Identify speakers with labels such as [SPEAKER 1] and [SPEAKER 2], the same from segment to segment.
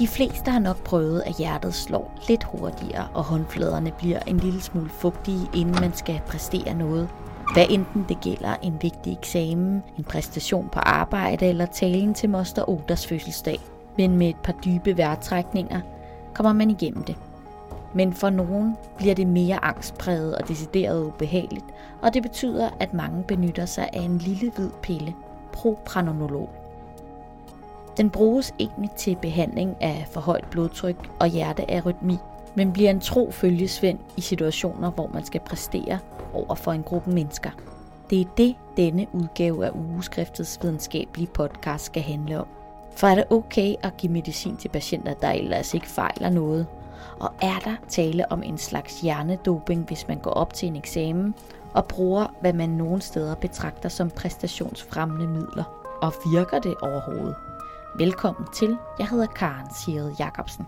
[SPEAKER 1] De fleste har nok prøvet, at hjertet slår lidt hurtigere, og håndfladerne bliver en lille smule fugtige, inden man skal præstere noget. Hvad enten det gælder en vigtig eksamen, en præstation på arbejde eller talen til moster Odas fødselsdag. Men med et par dybe vejrtrækninger kommer man igennem det. Men for nogen bliver det mere angstpræget og decideret ubehageligt, og det betyder, at mange benytter sig af en lille hvid pille, propranolol. Den bruges egentlig til behandling af for højt blodtryk og hjertearytmi, men bliver en tro følgesvend i situationer, hvor man skal præstere over for en gruppe mennesker. Det er det, denne udgave af Ugeskriftets videnskabelige podcast skal handle om. For er det okay at give medicin til patienter, der ellers ikke fejler noget? Og er der tale om en slags hjernedoping, hvis man går op til en eksamen og bruger, hvad man nogle steder betragter som præstationsfremmende midler? Og virker det overhovedet? Velkommen til. Jeg hedder Karen Sigrid Jacobsen.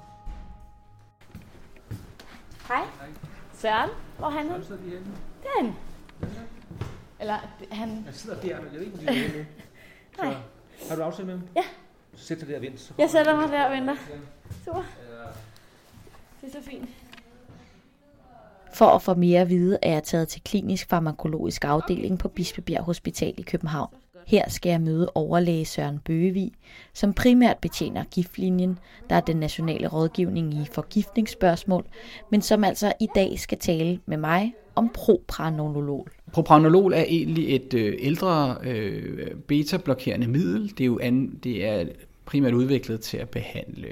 [SPEAKER 1] Hej. Søren, hvor er han?
[SPEAKER 2] Hvor sidder de henne?
[SPEAKER 1] Den. Eller han...
[SPEAKER 2] Jeg sidder der, men jeg ved ikke, hvor de er henne.
[SPEAKER 1] Nej.
[SPEAKER 2] Har du aftalt med dem?
[SPEAKER 1] Ja.
[SPEAKER 2] Så sæt dig der og vent.
[SPEAKER 1] Jeg sætter mig der og venter. Super. Det er så fint. For at få mere at vide, er jeg taget til klinisk farmakologisk afdeling på Bispebjerg Hospital i København. Her skal jeg møde overlæge Søren Bøgevig, som primært betjener giftlinjen, der er den nationale rådgivning i forgiftningsspørgsmål, men som altså i dag skal tale med mig om propranolol.
[SPEAKER 2] Propranolol er egentlig et ældre beta-blokerende middel. Det er primært udviklet til at behandle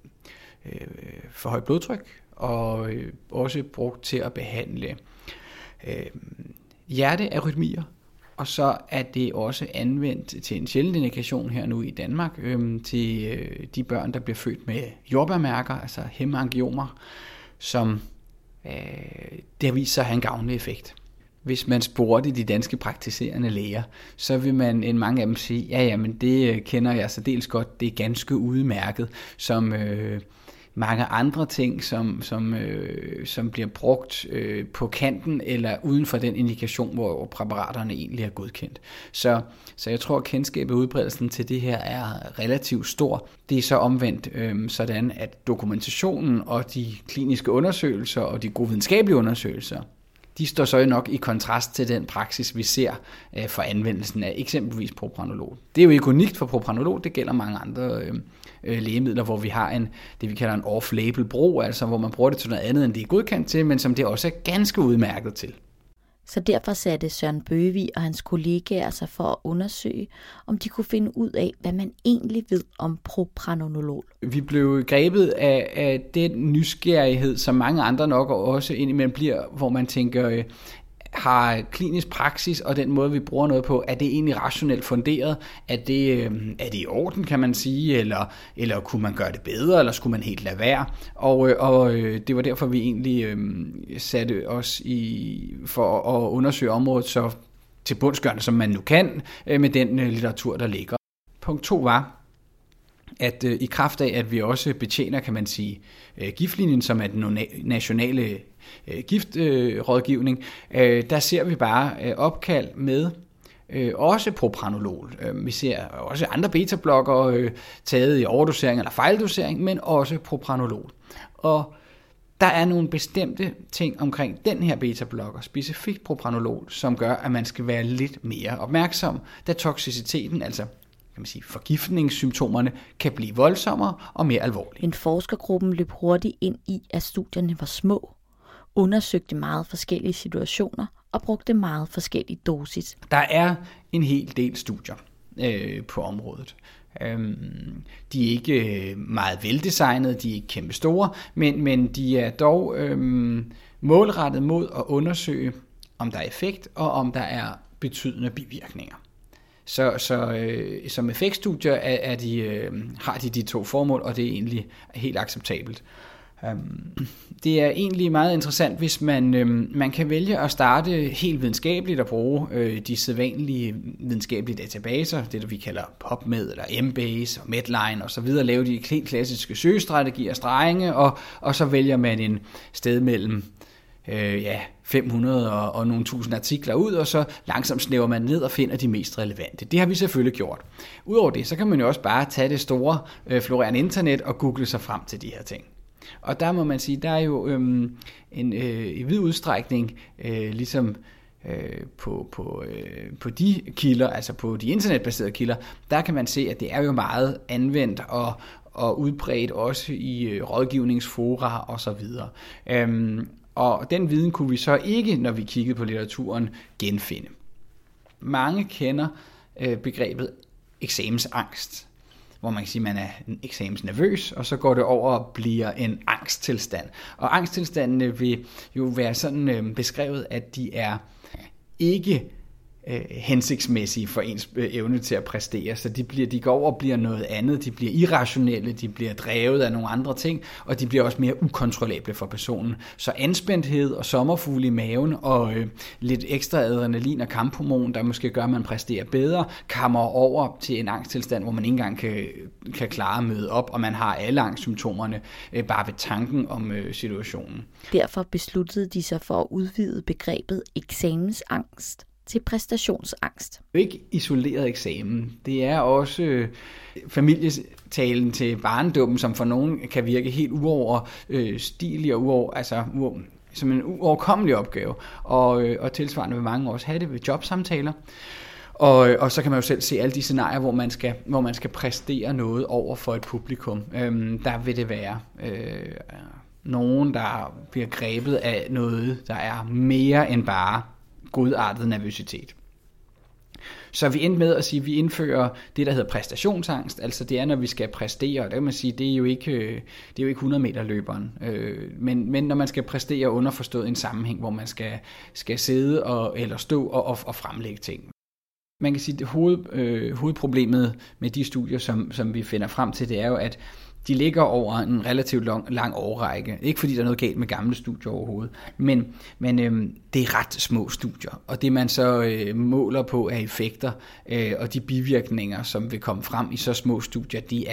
[SPEAKER 2] for højt blodtryk, og også brugt til at behandle hjertearytmier. Og så er det også anvendt til en sjælden indikation her nu i Danmark, til de børn, der bliver født med jordbærmærker, altså hemangiomer, som det har vist sig at have en gavnlig effekt. Hvis man spurgte de danske praktiserende læger, så vil mange af dem sige, ja, men det kender jeg særdeles godt, det er ganske udmærket, som mange andre ting, som bliver brugt på kanten eller uden for den indikation, hvor præparaterne egentlig er godkendt. Så jeg tror, at kendskabet og udbredelsen til det her er relativt stor. Det er så omvendt sådan, at dokumentationen og de kliniske undersøgelser og de gode videnskabelige undersøgelser, de står så nok i kontrast til den praksis, vi ser for anvendelsen af eksempelvis propranolol. Det er jo ikke unikt for propranolol, det gælder mange andre lægemidler, hvor vi har det, vi kalder en off-label brug, altså hvor man bruger det til noget andet, end det er godkendt til, men som det også er ganske udmærket til.
[SPEAKER 1] Så derfor satte Søren Bøgevig og hans kollegaer sig for at undersøge, om de kunne finde ud af, hvad man egentlig ved om propranolol.
[SPEAKER 2] Vi blev grebet af den nysgerrighed, som mange andre nok også indimellem bliver, hvor man tænker, har klinisk praksis og den måde, vi bruger noget på, er det egentlig rationelt funderet? Er det i orden, kan man sige? Eller kunne man gøre det bedre, eller skulle man helt lade være? Og det var derfor, vi egentlig satte os for at undersøge området så til bundsgørende, som man nu kan, med den litteratur, der ligger. Punkt 2 var, at i kraft af, at vi også betjener, kan man sige, giftlinjen, som er den nationale giftrådgivning, der ser vi bare opkald med også propranolol. Vi ser også andre beta-blokkere taget i overdosering eller fejldosering, men også propranolol. Og der er nogle bestemte ting omkring den her beta-blokker, specifikt propranolol, som gør, at man skal være lidt mere opmærksom, da toksiciteten, altså kan man sige, forgiftningssymptomerne kan blive voldsommere og mere alvorlige.
[SPEAKER 1] Men forskergruppen løb hurtigt ind i, at studierne var små, undersøgte meget forskellige situationer og brugte meget forskellige dosis.
[SPEAKER 2] Der er en hel del studier på området. De er ikke meget veldesignede, de er ikke kæmpe store, men de er dog målrettet mod at undersøge, om der er effekt og om der er betydende bivirkninger. Så som effektstudier har de 2 formål, og det er egentlig helt acceptabelt. Det er egentlig meget interessant, hvis man kan vælge at starte helt videnskabeligt og bruge de sædvanlige videnskabelige databaser, det der vi kalder PubMed eller Embase og Medline og så videre, lave de helt klassiske søgestrategier, strenge, og så vælger man en sted mellem 500 og nogle tusind artikler ud, og så langsomt snæver man ned og finder de mest relevante. Det har vi selvfølgelig gjort. Udover det, så kan man jo også bare tage det store florerende internet og google sig frem til de her ting. Og der må man sige, der er jo i vid udstrækning, ligesom på de kilder, altså på de internetbaserede kilder, der kan man se, at det er jo meget anvendt og udbredt også i rådgivningsfora og så videre. Og den viden kunne vi så ikke, når vi kiggede på litteraturen, genfinde. Mange kender begrebet eksamensangst, hvor man kan sige, at man er eksamensnervøs, og så går det over og bliver en angsttilstand. Og angsttilstandene vil jo være sådan beskrevet, at de er ikke hensigtsmæssige for ens evne til at præstere, så de går over og bliver noget andet, de bliver irrationelle, de bliver drevet af nogle andre ting, og de bliver også mere ukontrollable for personen. Så anspændthed og sommerfugle i maven og lidt ekstra adrenalin og kamphormon, der måske gør, at man præsterer bedre, kommer over til en angsttilstand, hvor man ikke engang kan klare at møde op, og man har alle angstsymptomerne bare ved tanken om situationen.
[SPEAKER 1] Derfor besluttede de sig for at udvide begrebet eksamensangst til præstationsangst.
[SPEAKER 2] Det er ikke isoleret eksamen. Det er også familietalen til barndommen, som for nogen kan virke helt uoverstilig og som en uoverkommelig opgave. Og tilsvarende vil mange også have det ved jobsamtaler. Og så kan man jo selv se alle de scenarier, hvor man skal præstere noget over for et publikum. Der vil det være nogen, der bliver grebet af noget, der er mere end bare godartet nervøsitet. Så vi endte med at sige, at vi indfører det, der hedder præstationsangst. Altså det er, når vi skal præstere, og der kan man sige, det er jo ikke 100 meter løberen. Men når man skal præstere underforstået en sammenhæng, hvor man skal sidde eller stå og fremlægge ting. Man kan sige, at hovedproblemet med de studier, som vi finder frem til, det er jo, at de ligger over en relativt lang årrække. Ikke fordi der er noget galt med gamle studier overhovedet, men det er ret små studier. Og det man så måler på af effekter og de bivirkninger, som vil komme frem i så små studier, de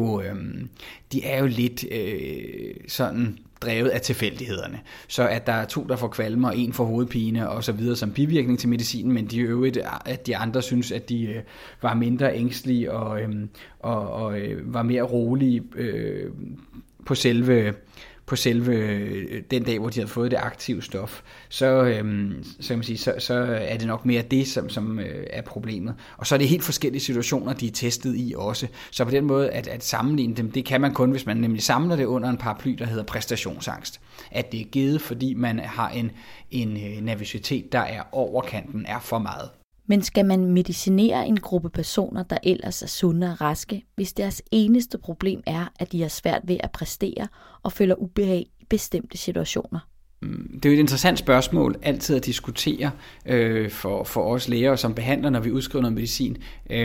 [SPEAKER 2] er jo lidt sådan drevet af tilfældighederne. Så at der er 2, der får kvalme, og 1 får hovedpine og så videre som bivirkning til medicinen, men de øvrigt, at de andre synes, at de var mindre ængstelige og var mere rolige på selve den dag, hvor de havde fået det aktive stof, så kan man sige, så er det nok mere det, som er problemet. Og så er det helt forskellige situationer, de er testet i også. Så på den måde, at sammenligne dem, det kan man kun, hvis man nemlig samler det under en paraply, der hedder præstationsangst. At det er givet, fordi man har en nervøsitet, der er overkanten, er for meget.
[SPEAKER 1] Men skal man medicinere en gruppe personer, der ellers er sunde og raske, hvis deres eneste problem er, at de har svært ved at præstere og føler ubehag i bestemte situationer?
[SPEAKER 2] Det er jo et interessant spørgsmål altid at diskutere for os læger som behandler, når vi udskriver noget medicin,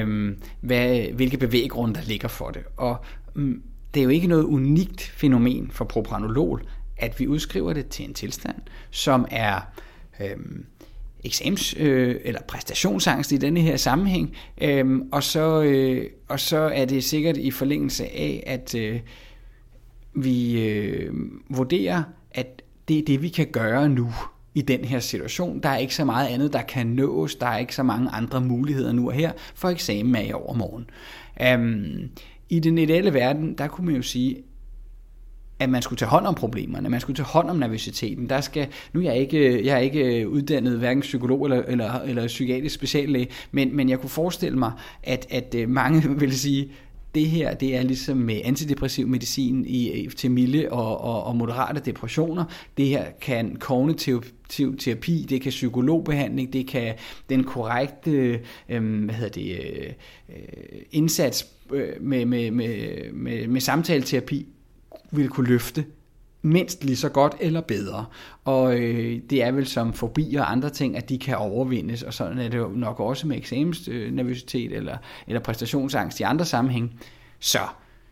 [SPEAKER 2] hvilke bevæggrunde der ligger for det. Og det er jo ikke noget unikt fænomen for propranolol, at vi udskriver det til en tilstand, som er eller præstationsangst i denne her sammenhæng, og så er det sikkert i forlængelse af, at vi vurderer, at det er det, vi kan gøre nu i den her situation. Der er ikke så meget andet, der kan nås. Der er ikke så mange andre muligheder nu og her, for eksamen er i overmorgen. I den ideelle verden, der kunne man jo sige, at man skulle tage hånd om problemerne, man skulle tage hånd om nervøsiteten. Nu er jeg ikke uddannet hverken psykolog eller psykiatrisk speciallæge, men jeg kunne forestille mig, at mange vil sige, det her, det er ligesom med antidepressiv medicin til milde og moderate depressioner. Det her kan kognitiv terapi, det kan psykologbehandling, det kan den korrekte indsats med samtaleterapi vil kunne løfte mindst lige så godt eller bedre. Og det er vel som fobi og andre ting, at de kan overvindes, og sådan er det jo nok også med eksamensnervøsitet eller præstationsangst i andre sammenhæng. Så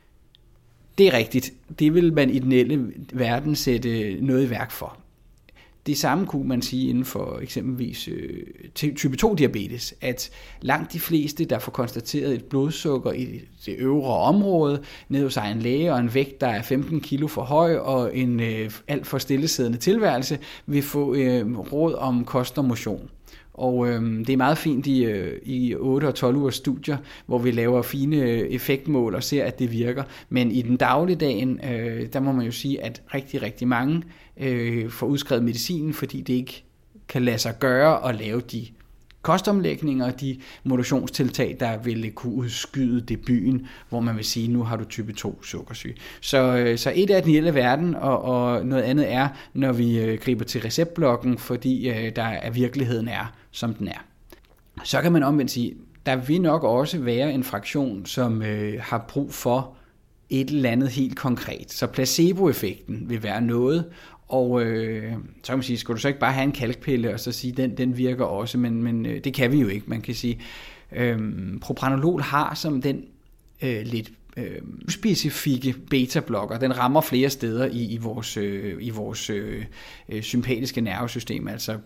[SPEAKER 2] det er rigtigt. Det vil man i den reelle verden sætte noget i værk for. Det samme kunne man sige inden for eksempelvis type 2-diabetes, at langt de fleste, der får konstateret et blodsukker i det øvre område, ned hos egen læge og en vægt, der er 15 kilo for høj og en alt for stillesiddende tilværelse, vil få råd om kost og motion. Og det er meget fint i 8 og 12 ugers studier, hvor vi laver fine effektmål og ser, at det virker. Men i den dagligdagen, der må man jo sige, at rigtig, rigtig mange får udskrevet medicinen, fordi det ikke kan lade sig gøre at lave de kostomlægninger og de modulationstiltag, der ville kunne udskyde debuten, hvor man vil sige, nu har du type 2 sukkersyge. Så et er den hele verden, og noget andet er, når vi griber til receptblokken, fordi virkeligheden er, som den er. Så kan man omvendt sige, der vil nok også være en fraktion, som har brug for et eller andet helt konkret. Så placeboeffekten vil være noget, og så kan man sige, skulle du så ikke bare have en kalkpille, og så sige, den virker også, men det kan vi jo ikke. Man kan sige, propranolol har som den lidt specifikke beta-blokker. Den rammer flere steder i vores sympatiske nervesystem, altså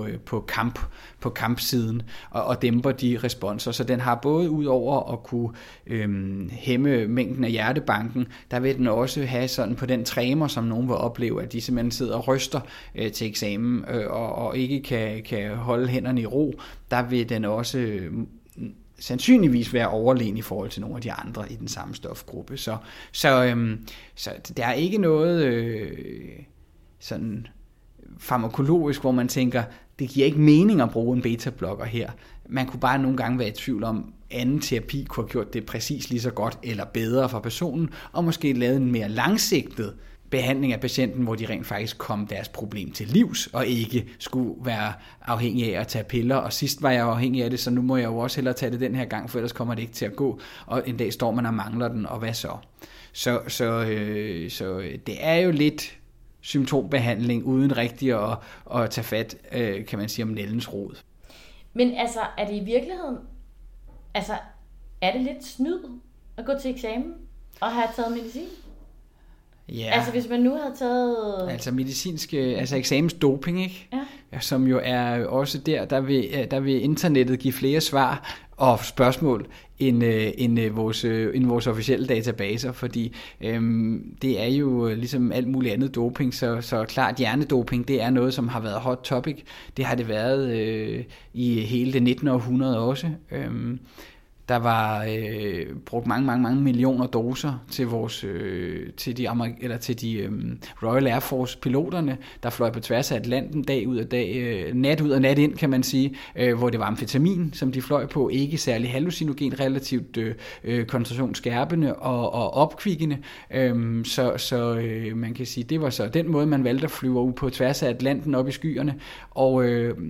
[SPEAKER 2] på kampsiden, og dæmper de responser. Så den har både ud over at kunne hæmme mængden af hjertebanken, der vil den også have sådan på den tremor, som nogen vil opleve, at de simpelthen sidder og ryster til eksamen og ikke kan holde hænderne i ro. Der vil den også sandsynligvis være overlegen i forhold til nogle af de andre i den samme stofgruppe. Så der er ikke noget sådan farmakologisk, hvor man tænker, det giver ikke mening at bruge en beta-blokker her. Man kunne bare nogle gange være i tvivl om, anden terapi kunne have gjort det præcis lige så godt eller bedre for personen, og måske lavet en mere langsigtet behandling af patienten, hvor de rent faktisk kom deres problem til livs, og ikke skulle være afhængig af at tage piller, og sidst var jeg afhængig af det, så nu må jeg jo også hellere tage det den her gang, for ellers kommer det ikke til at gå, og en dag står man og mangler den, og hvad så? Så det er jo lidt symptombehandling, uden rigtig at tage fat, kan man sige, om nældens rod.
[SPEAKER 1] Men altså, er det i virkeligheden, altså, er det lidt snyd at gå til eksamen og have taget medicin?
[SPEAKER 2] Ja.
[SPEAKER 1] Altså hvis man nu havde taget...
[SPEAKER 2] Altså medicinske, altså eksamensdoping, ikke? Ja. Som jo er også der vil internettet give flere svar og spørgsmål end vores officielle databaser, fordi det er jo ligesom alt muligt andet doping, så klart hjernedoping, det er noget, som har været hot topic. Det har det været i hele det 19. århundrede også. Der var brugt mange millioner doser til de Royal Air Force piloterne, der fløj på tværs af Atlanten dag ud af dag, nat ud og nat ind, kan man sige, hvor det var amfetamin, som de fløj på, ikke særlig hallucinogen, relativt koncentrationsskærpende og opkvikkende, så man kan sige, det var så den måde, man valgte at flyve ud på tværs af Atlanten op i skyerne, og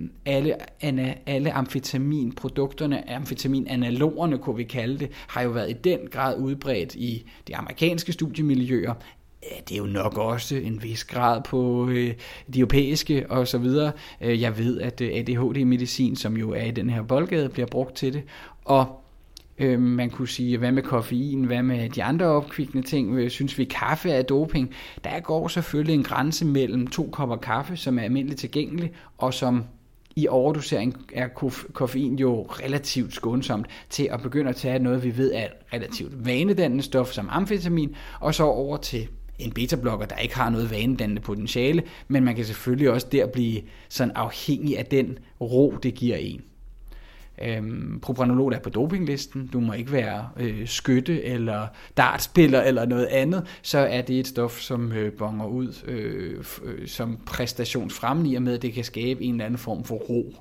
[SPEAKER 2] alle amfetaminprodukterne, amfetaminanalogerne, kunne vi kalde det, har jo været i den grad udbredt i de amerikanske studiemiljøer. Det er jo nok også en vis grad på de europæiske og så videre. Jeg ved, at ADHD-medicin, som jo er i den her boldgade, bliver brugt til det. Og man kunne sige, hvad med koffein, hvad med de andre opkvikkende ting? Synes vi, kaffe er doping? Der går selvfølgelig en grænse mellem 2 kopper kaffe, som er almindeligt tilgængelig, og som i overdosering er koffein jo relativt skånsomt til at begynde at tage noget, vi ved er et relativt vanedannende stof som amfetamin, og så over til en beta-blokker, der ikke har noget vanedannende potentiale, men man kan selvfølgelig også der blive sådan afhængig af den ro, det giver en. Propranolol er på dopinglisten. Du må ikke være skytte eller dartspiller eller noget andet. Så er det et stof, som bonger ud som præstationsfremmende, i og med at det kan skabe en eller anden form for ro.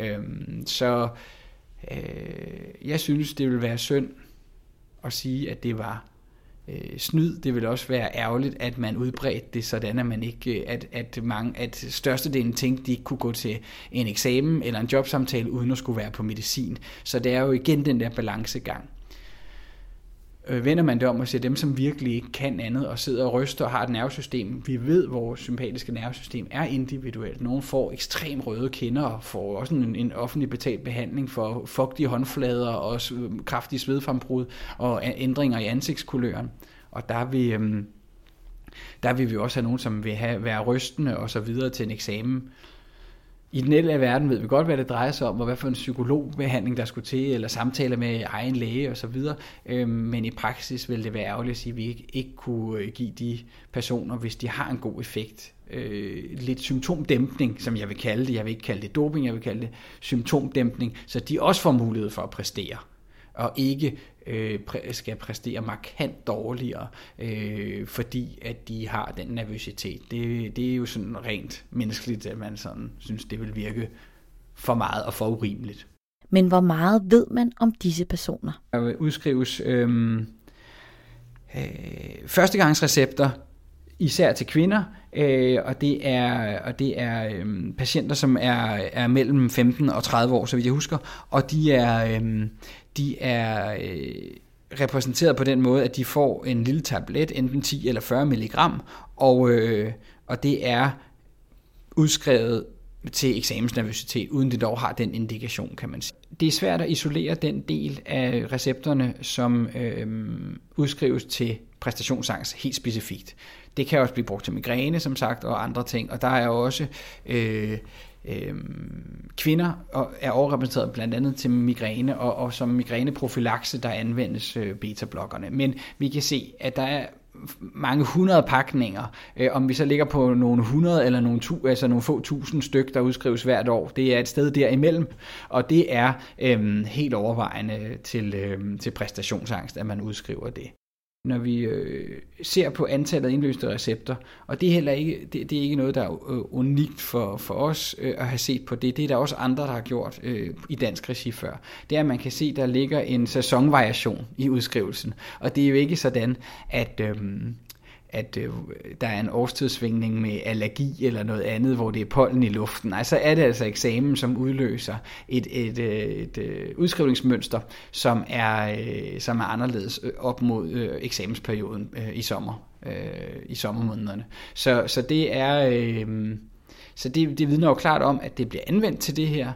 [SPEAKER 2] Så jeg synes, det vil være synd at sige, at det var snyd. Det vil også være ærgerligt, at man udbredte det sådan, at man ikke, at størstedelen tænkte, de ikke kunne gå til en eksamen eller en jobsamtale uden at skulle være på medicin. Så det er jo igen den der balancegang. Vender man det om og ser dem, som virkelig ikke kan andet og sidder og ryster og har et nervesystem. Vi ved, at vores sympatiske nervesystem er individuelt. Nogle får ekstremt røde kinder og får også en offentlig betalt behandling for fugtige håndflader og kraftige svedfrembrud og ændringer i ansigtskuløren. Og der vil Der vil vi også have nogen, som vil være rystende og så videre til en eksamen. I den ældre verden ved vi godt, hvad det drejer sig om, og hvad for en psykologbehandling, der skulle til, eller samtaler med egen læge osv. Men i praksis vil det være ærgerligt at sige, at vi ikke kunne give de personer, hvis de har en god effekt, lidt symptomdæmpning, som jeg vil kalde det. Jeg vil ikke kalde det doping, jeg vil kalde det symptomdæmpning, så de også får mulighed for at præstere, og ikke skal præstere markant dårligere, fordi at de har den nervøsitet. Det er jo sådan rent menneskeligt, at man sådan synes, det vil virke for meget og for urimeligt.
[SPEAKER 1] Men hvor meget ved man om disse personer?
[SPEAKER 2] Der udskrives førstegangsrecepter, især til kvinder, og det er patienter, som er mellem 15 og 30 år, så vidt jeg husker, og de er repræsenteret på den måde, at de får en lille tablet, enten 10 eller 40 milligram, og det er udskrevet til eksamensnervøsitet, uden det dog har den indikation, kan man sige. Det er svært at isolere den del af recepterne, som udskrives til præstationsangst helt specifikt. Det kan også blive brugt til migræne, som sagt, og andre ting, og der er også kvinder er overrepræsenteret blandt andet til migræne, og som migræneprofylakse, der anvendes beta-blokkerne. Men vi kan se, at der er mange 100 pakninger. Om vi så ligger på nogle 100 eller nogle få tusind styk, der udskrives hvert år, det er et sted derimellem, og det er helt overvejende til præstationsangst, at man udskriver det. Når vi ser på antallet af indløste recepter, og det er heller ikke, det er ikke noget, der er unikt for os at have set på det. Det er der også andre, der har gjort i dansk regi før. Det er, at man kan se, der ligger en sæsonvariation i udskrivelsen. Og det er jo ikke sådan, at der er en årstidssvingning med allergi eller noget andet, hvor det er pollen i luften. Nej, så er det altså eksamen, som udløser et udskrivningsmønster, som er anderledes op mod eksamensperioden i sommermånederne. Så det er så det vidner jo klart om, at det bliver anvendt til det her,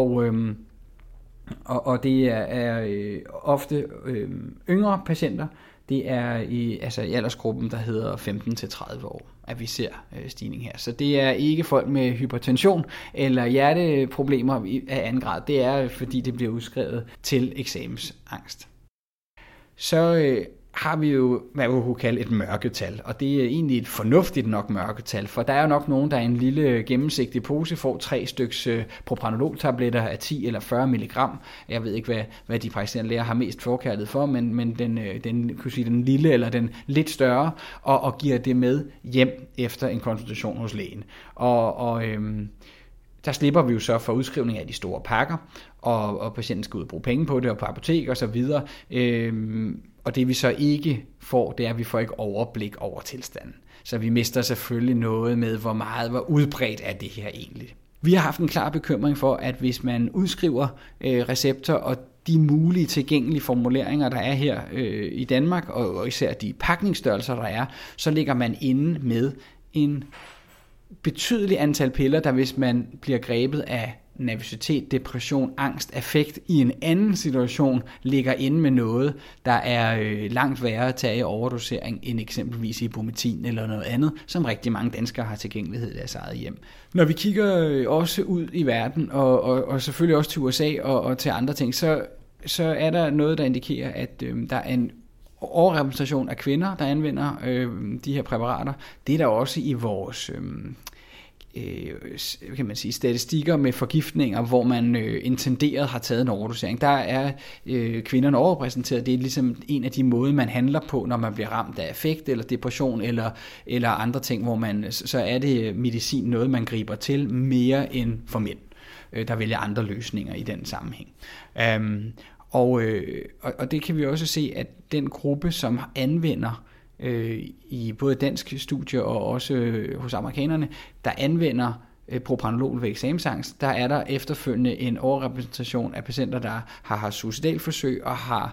[SPEAKER 2] og det er ofte yngre patienter. Det er i aldersgruppen, der hedder 15-30 år, at vi ser stigning her. Så det er ikke folk med hypertension eller hjerteproblemer af anden grad. Det er, fordi det bliver udskrevet til eksamensangst. Så har vi jo, hvad vi kunne kalde et mørketal, og det er egentlig et fornuftigt nok mørketal, for der er jo nok nogen, der i en lille gennemsigtig pose får 3 styks propranolol-tabletter af 10 eller 40 milligram. Jeg ved ikke, hvad de praktiserende læger har mest forkærlighed for, men den kunne sige den lille eller den lidt større, og giver det med hjem efter en konsultation hos lægen. Der slipper vi jo så for udskrivning af de store pakker, og patienten skal ud og bruge penge på det, og på apotek og så videre. Og det vi så ikke får, det er, at vi får ikke overblik over tilstanden. Så vi mister selvfølgelig noget med, hvor udbredt er det her egentlig. Vi har haft en klar bekymring for, at hvis man udskriver recepter og de mulige tilgængelige formuleringer, der er her i Danmark, og især de pakningsstørrelser, der er, så ligger man inde med en betydelig antal piller, der hvis man bliver grebet af nervøsitet, depression, angst, affekt i en anden situation, ligger inde med noget, der er langt værre at tage i overdosering end eksempelvis ibuprofen eller noget andet, som rigtig mange danskere har tilgængelighed i deres eget hjem. Når vi kigger også ud i verden, og selvfølgelig også til USA og til andre ting, så er der noget, der indikerer, at der er en overrepræsentation af kvinder, der anvender de her præparater. Det er der også i vores kan man sige, statistikker med forgiftninger, hvor man intenderet har taget en overdosering. Der er kvinderne overrepræsenteret. Det er ligesom en af de måder, man handler på, når man bliver ramt af affekt eller depression eller andre ting, hvor så er det medicin noget, man griber til mere end for mænd, der vælger andre løsninger i den sammenhæng. Og det kan vi også se, at den gruppe, som anvender i både dansk studie og også hos amerikanerne, der anvender propranolol ved eksamensangst, der er der efterfølgende en overrepræsentation af patienter, der har haft suicidalforsøg og har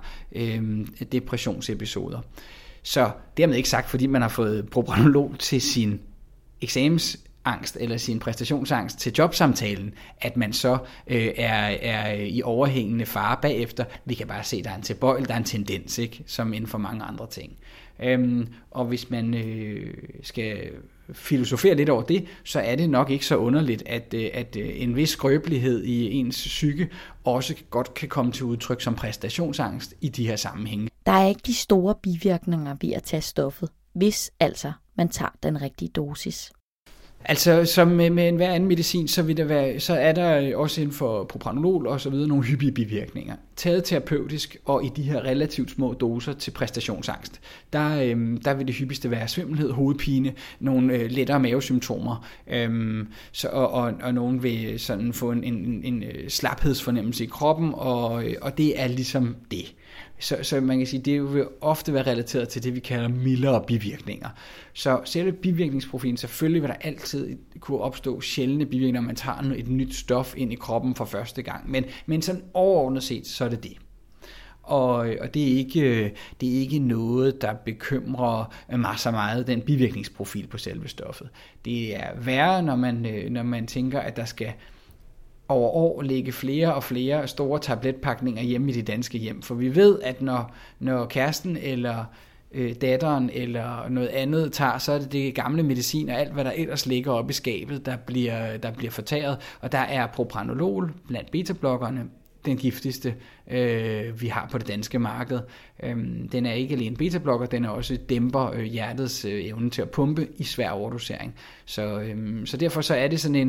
[SPEAKER 2] depressionsepisoder. Så dermed ikke sagt, fordi man har fået propranolol til sin eksamensangst, angst eller sin præstationsangst til jobsamtalen, at man så er i overhængende fare bagefter. Vi kan bare se, at der er en tilbøjel, der er en tendens, ikke? Som inden for mange andre ting. Og hvis man skal filosofere lidt over det, så er det nok ikke så underligt, at en vis skrøbelighed i ens psyke også godt kan komme til udtryk som præstationsangst i de her sammenhænge.
[SPEAKER 1] Der er ikke de store bivirkninger ved at tage stoffet, hvis altså man tager den rigtige dosis.
[SPEAKER 2] Altså som med enhver anden medicin, så er der også inden for propranolol og så videre nogle hyppige bivirkninger. Taget terapeutisk og i de her relativt små doser til præstationsangst, der vil det hyppigste være svimmelhed, hovedpine, nogle lettere mavesymptomer, og nogen vil sådan få en slaphedsfornemmelse i kroppen, og det er ligesom det. Så man kan sige, det vil ofte være relateret til det, vi kalder mildere bivirkninger. Så selve bivirkningsprofilen, selvfølgelig vil der altid kunne opstå sjældne bivirkninger, når man tager et nyt stof ind i kroppen for første gang. Men sådan overordnet set, så er det det. Og det er ikke noget, der bekymrer mig så meget, den bivirkningsprofil på selve stoffet. Det er værre, når man tænker, at der skal over år ligge flere og flere store tabletpakninger hjemme i de danske hjem. For vi ved, at når kæresten eller datteren eller noget andet tager, så er det gamle medicin og alt, hvad der ellers ligger oppe i skabet, der bliver fortæret. Og der er propranolol blandt betablokkerne den giftigste, vi har på det danske marked. Den er ikke alene betablokker, den er også dæmper hjertets evne til at pumpe i svær overdosering. Så derfor så er det sådan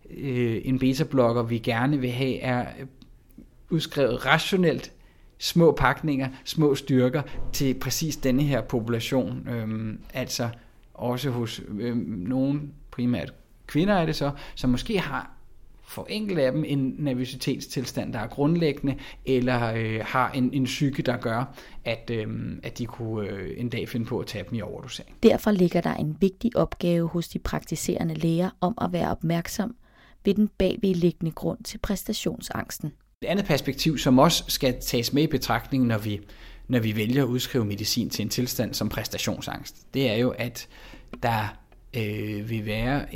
[SPEAKER 2] en betablokker, vi gerne vil have, er udskrevet rationelt, små pakninger, små styrker til præcis denne her population. Altså også hos nogen, primært kvinder er det så, som måske har for enkelte af dem en nervøsitetstilstand, der er grundlæggende, eller har en psyke, der gør, at de kunne en dag finde på at tage dem i overdosering.
[SPEAKER 1] Derfor ligger der en vigtig opgave hos de praktiserende læger om at være opmærksom ved den bagvedliggende grund til præstationsangsten.
[SPEAKER 2] Et andet perspektiv, som også skal tages med i betragtning, når vi vælger at udskrive medicin til en tilstand som præstationsangst, det er jo, at der vil være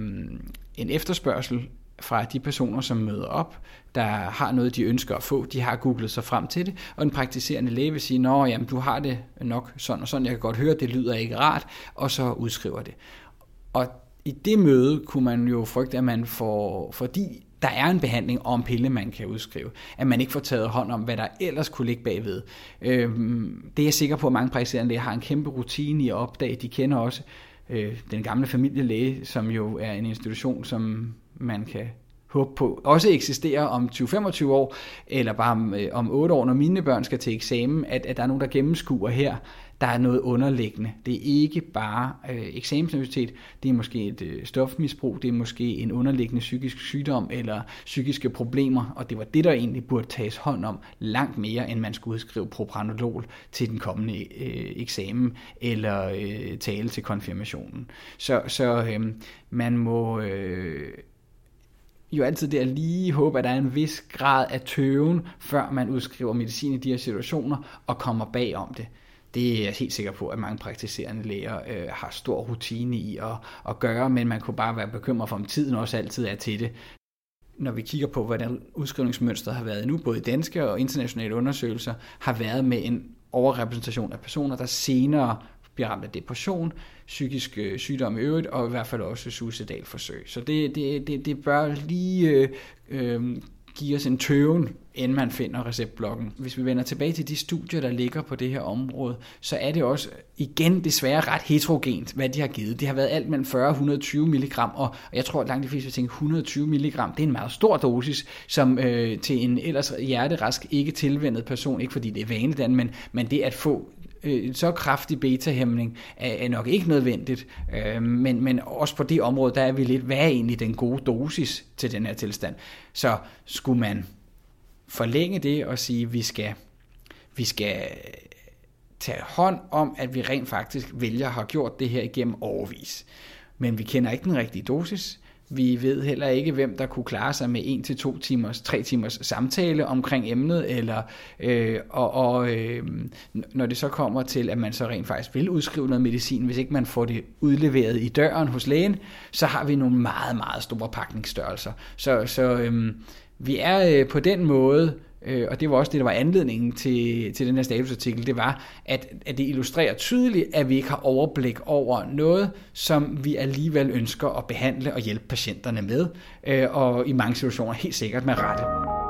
[SPEAKER 2] en efterspørgsel fra de personer, som møder op, der har noget, de ønsker at få. De har googlet sig frem til det, og den praktiserende læge vil sige, nå, jamen, du har det nok sådan og sådan, jeg kan godt høre, det lyder ikke rart, og så udskriver det. Og i det møde kunne man jo frygte, at man får, fordi der er en behandling og en pille, man kan udskrive, at man ikke får taget hånd om, hvad der ellers kunne ligge bagved. Det er jeg sikker på, at mange praktiserende læger har en kæmpe rutine i at opdage. De kender også den gamle familielæge, som jo er en institution, som man kan håbe på også eksisterer om 20-25 år, eller bare om 8 år, når mine børn skal til eksamen, at der er nogen, der gennemskuer her, der er noget underliggende. Det er ikke bare eksamensnervøsitet, det er måske et stofmisbrug, det er måske en underliggende psykisk sygdom eller psykiske problemer, og det var det, der egentlig burde tages hånd om langt mere, end man skulle udskrive propranolol til den kommende eksamen eller tale til konfirmationen. Så man må jo altid der lige håbe, at der er en vis grad af tøven, før man udskriver medicin i de her situationer og kommer bag om det. Det er jeg helt sikker på, at mange praktiserende læger har stor rutine i at gøre, men man kunne bare være bekymret for, om tiden også altid er til det. Når vi kigger på, hvordan udskrivningsmønstret har været nu, både danske og internationale undersøgelser, har været med en overrepræsentation af personer, der senere bliver ramt af depression, psykisk sygdom i øvrigt, og i hvert fald også suicidal forsøg. Så det bør lige give os en tøven, inden man finder receptblokken. Hvis vi vender tilbage til de studier, der ligger på det her område, så er det også igen desværre ret heterogent, hvad de har givet. Det har været alt mellem 40 og 120 mg, og jeg tror, at langt de fleste vil tænke, 120 mg, det er en meget stor dosis, som til en ellers hjerterask, ikke tilvænnet person, ikke fordi det er vanligt, men det at få så kraftig beta-hæmning er nok ikke nødvendigt, men også på det område, der er vi lidt, hvad er egentlig den gode dosis til den her tilstand? Så skulle man forlænge det og sige, at vi skal tage hånd om, at vi rent faktisk vælger at have gjort det her igennem årevis. Men vi kender ikke den rigtige dosis. Vi ved heller ikke, hvem der kunne klare sig med 1 til 2 timers, 3 timers samtale omkring emnet, eller når det så kommer til, at man så rent faktisk vil udskrive noget medicin, hvis ikke man får det udleveret i døren hos lægen, så har vi nogle meget, meget store pakningsstørrelser. Så vi er på den måde, og det var også det, der var anledningen til den her statusartikel, det var, at det illustrerer tydeligt, at vi ikke har overblik over noget, som vi alligevel ønsker at behandle og hjælpe patienterne med, og i mange situationer helt sikkert med rette.